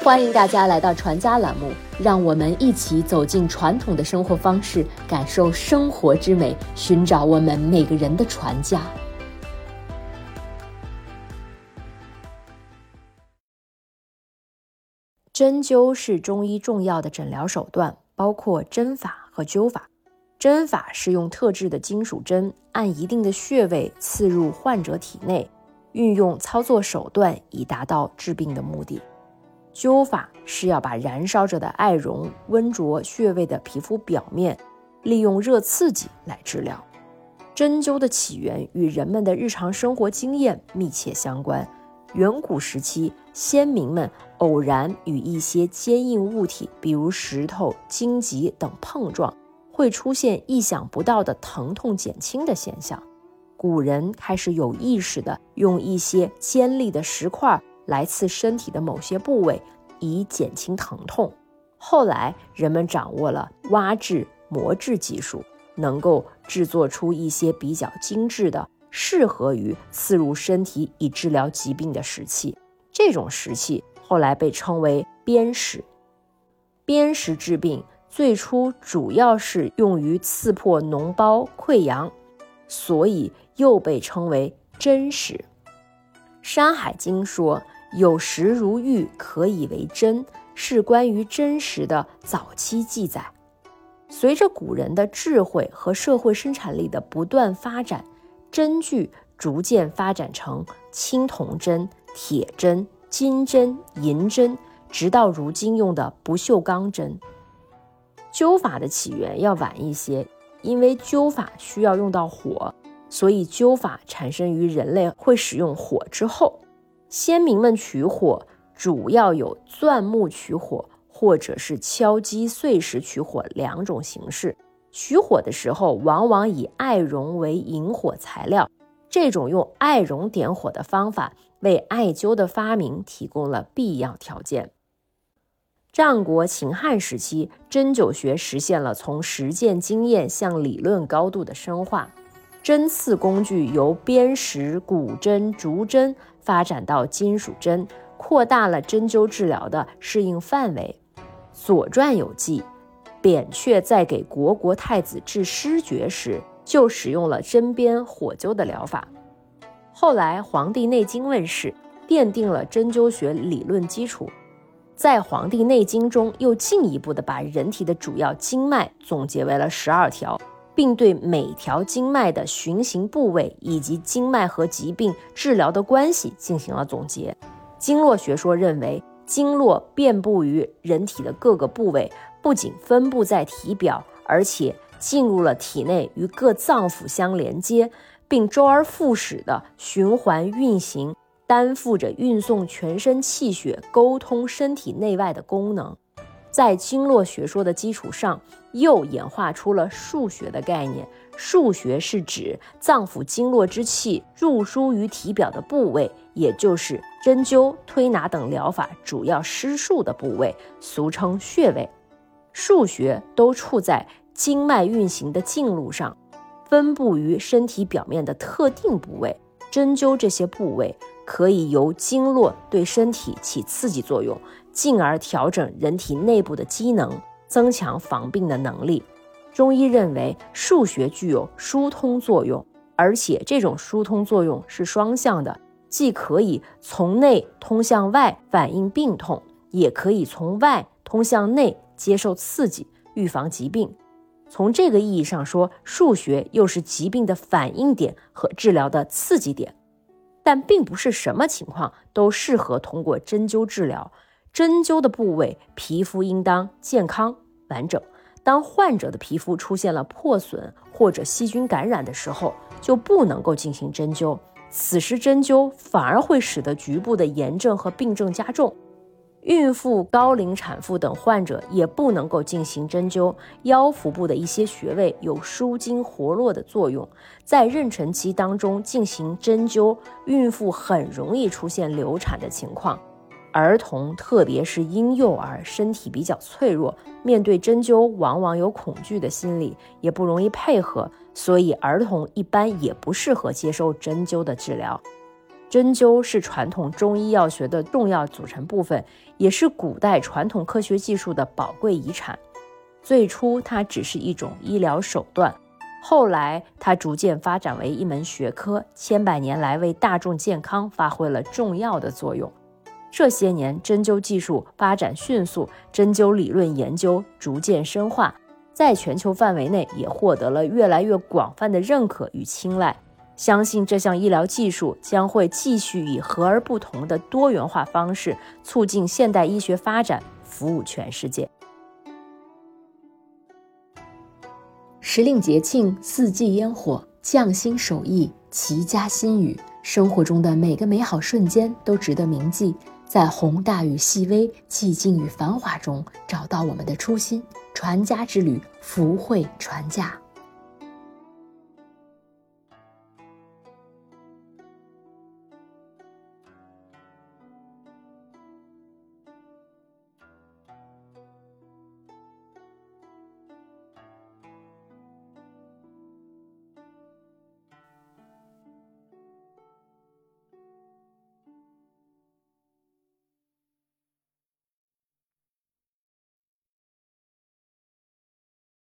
欢迎大家来到传家栏目，让我们一起走进传统的生活方式，感受生活之美，寻找我们每个人的传家。针灸是中医重要的诊疗手段，包括针法和灸法。针法是用特制的金属针按一定的穴位刺入患者体内，运用操作手段以达到治病的目的。灸法是要把燃烧着的艾绒温灼穴位的皮肤表面，利用热刺激来治疗。针灸的起源与人们的日常生活经验密切相关。远古时期，先民们偶然与一些坚硬物体，比如石头、荆棘等碰撞，会出现意想不到的疼痛减轻的现象。古人开始有意识地用一些尖利的石块来刺身体的某些部位，以减轻疼痛。后来人们掌握了挖制、磨制技术，能够制作出一些比较精致的适合于刺入身体以治疗疾病的石器。这种石器后来被称为砭石。砭石治病最初主要是用于刺破脓包、溃疡，所以又被称为针石。《山海经》说，有石如玉，可以为针，是关于针石的早期记载。随着古人的智慧和社会生产力的不断发展，针具逐渐发展成青铜针、铁针、金针、银针，直到如今用的不锈钢针。灸法的起源要晚一些，因为灸法需要用到火，所以灸法产生于人类会使用火之后。先民们取火主要有钻木取火或者是敲击碎石取火两种形式。取火的时候往往以艾绒为引火材料，这种用艾绒点火的方法为艾灸的发明提供了必要条件。战国秦汉时期，针灸学实现了从实践经验向理论高度的深化。针刺工具由砭石、骨针、竹针发展到金属针，扩大了针灸治疗的适应范围。左传有记，扁鹊在给国太子治失厥时，就使用了针砭火灸的疗法。后来《黄帝内经》问世，奠定了针灸学理论基础。在《黄帝内经》中，又进一步地把人体的主要经脉总结为了12条，并对每条经脉的循行部位以及经脉和疾病治疗的关系进行了总结。经络学说认为，经络遍布于人体的各个部位，不仅分布在体表，而且进入了体内，与各脏腑相连接，并周而复始的循环运行，担负着运送全身气血、沟通身体内外的功能。在经络学说的基础上，又演化出了腧穴的概念。腧穴是指脏腑经络之气入输于体表的部位，也就是针灸、推拿等疗法主要施术的部位，俗称穴位。腧穴都处在经脉运行的径路上，分布于身体表面的特定部位。针灸这些部位可以由经络对身体起刺激作用，进而调整人体内部的机能，增强防病的能力。中医认为腧穴具有疏通作用，而且这种疏通作用是双向的，既可以从内通向外反映病痛，也可以从外通向内接受刺激，预防疾病。从这个意义上说，腧穴又是疾病的反应点和治疗的刺激点。但并不是什么情况都适合通过针灸治疗。针灸的部位皮肤应当健康完整，当患者的皮肤出现了破损或者细菌感染的时候，就不能够进行针灸，此时针灸反而会使得局部的炎症和病症加重。孕妇、高龄产妇等患者也不能够进行针灸，腰腹部的一些穴位有舒筋活络的作用，在妊娠期当中进行针灸，孕妇很容易出现流产的情况。儿童，特别是婴幼儿，身体比较脆弱，面对针灸往往有恐惧的心理，也不容易配合，所以儿童一般也不适合接受针灸的治疗。 针灸是传统中医药学的重要组成部分，也是古代传统科学技术的宝贵遗产。最初它只是一种医疗手段，后来它逐渐发展为一门学科，千百年来为大众健康发挥了重要的作用。这些年，针灸技术发展迅速，针灸理论研究逐渐深化，在全球范围内也获得了越来越广泛的认可与青睐。相信这项医疗技术将会继续以和而不同的多元化方式促进现代医学发展，服务全世界。时令节庆，四季烟火，匠心手艺，齐家心语，生活中的每个美好瞬间都值得铭记，在宏大与细微、寂静与繁华中找到我们的初心。传家之旅，福慧传家。